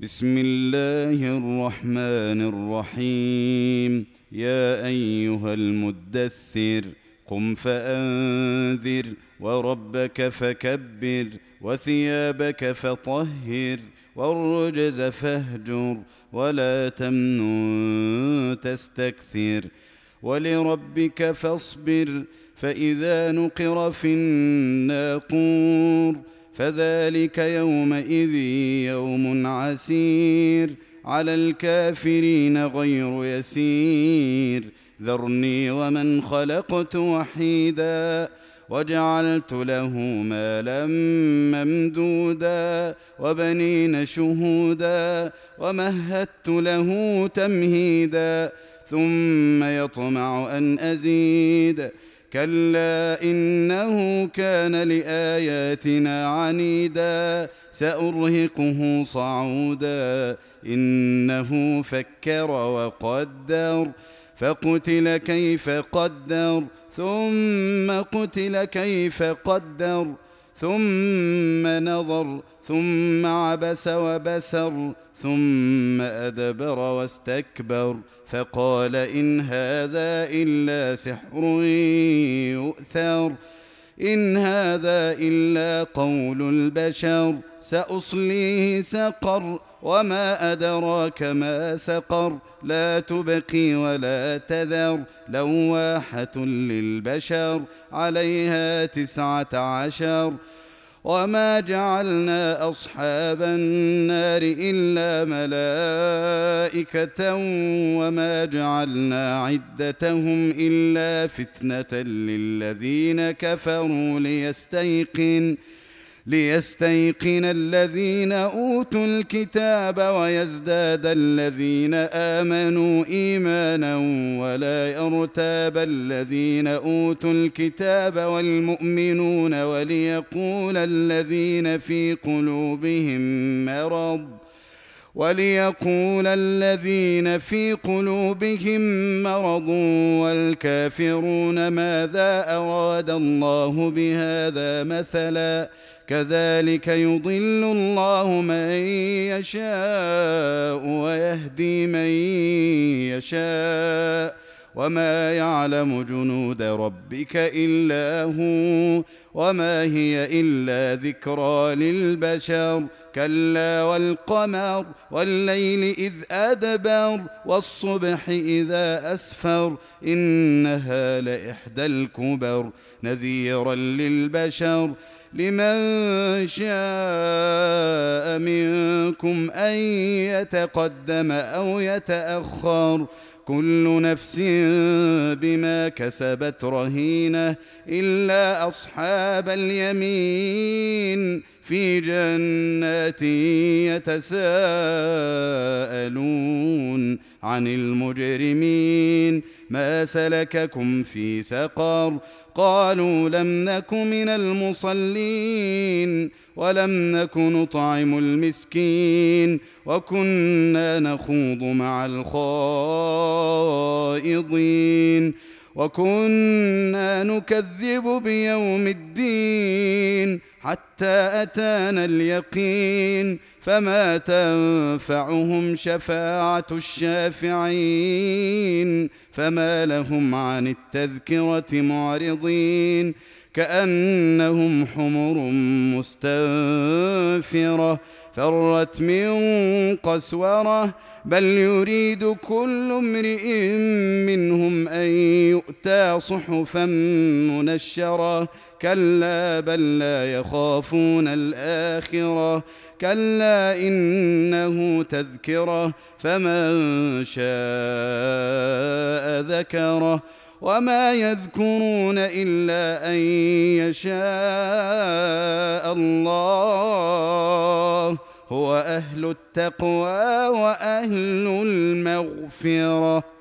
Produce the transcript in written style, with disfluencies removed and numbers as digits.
بسم الله الرحمن الرحيم. يا أيها المدثر قم فأنذر وربك فكبر وثيابك فطهر والرجز فاهجر ولا تمنن تستكثر ولربك فاصبر فإذا نقر في الناقور فذلك يومئذ يوم عسير على الكافرين غير يسير. ذرني ومن خلقت وحيدا وجعلت له مالا ممدودا وبنين شهودا ومهدت له تمهيدا ثم يطمع أن أزيد كلا إنه كان لآياتنا عنيدا سأرهقه صعودا إنه فكر وقدر فقتل كيف قدر ثم قتل كيف قدر ثم نظر ثم عبس وبسر ثم أدبر واستكبر فقال إن هذا إلا سحر يؤثر إن هذا إلا قول البشر سأصليه سقر وما أدراك ما سقر لا تبقي ولا تذر لواحة للبشر عليها 19 وما جعلنا أصحاب النار إلا ملائكة وما جعلنا عدتهم إلا فتنة للذين كفروا ليستيقن الذين أوتوا الكتاب ويزداد الذين آمنوا إيمانا ولا يرتاب الذين أوتوا الكتاب والمؤمنون وليقول الذين في قلوبهم مرض والكافرون ماذا أراد الله بهذا مثلا كذلك يضل الله من يشاء ويهدي من يشاء وما يعلم جنود ربك إلا هو وما هي إلا ذكرى للبشر كلا والقمر والليل إذ أدبر والصبح إذا أسفر إنها لإحدى الكبر نذيرا للبشر لمن شاء منكم أن يتقدم أو يتأخر كل نفس بما كسبت رهينة إلا أصحاب اليمين في جنات يتساءلون عن المجرمين ما سلككم في سقر قالوا لم نك من المصلين ولم نك نطعم المسكين وكنا نخوض مع الخائضين وكنا نكذب بيوم الدين حتى أتانا اليقين فما تنفعهم شفاعة الشافعين فما لهم عن التذكرة معرضين كأنهم حمر مستنفرة فرت من قسورة بل يريد كل امرئ منهم أن يؤتى صحفا منشرة كلا بل لا يخافون الآخرة كلا إنه تذكرة فمن شاء ذكره وما يذكرون إلا أن يشاء الله هو أهل التقوى وأهل المغفرة.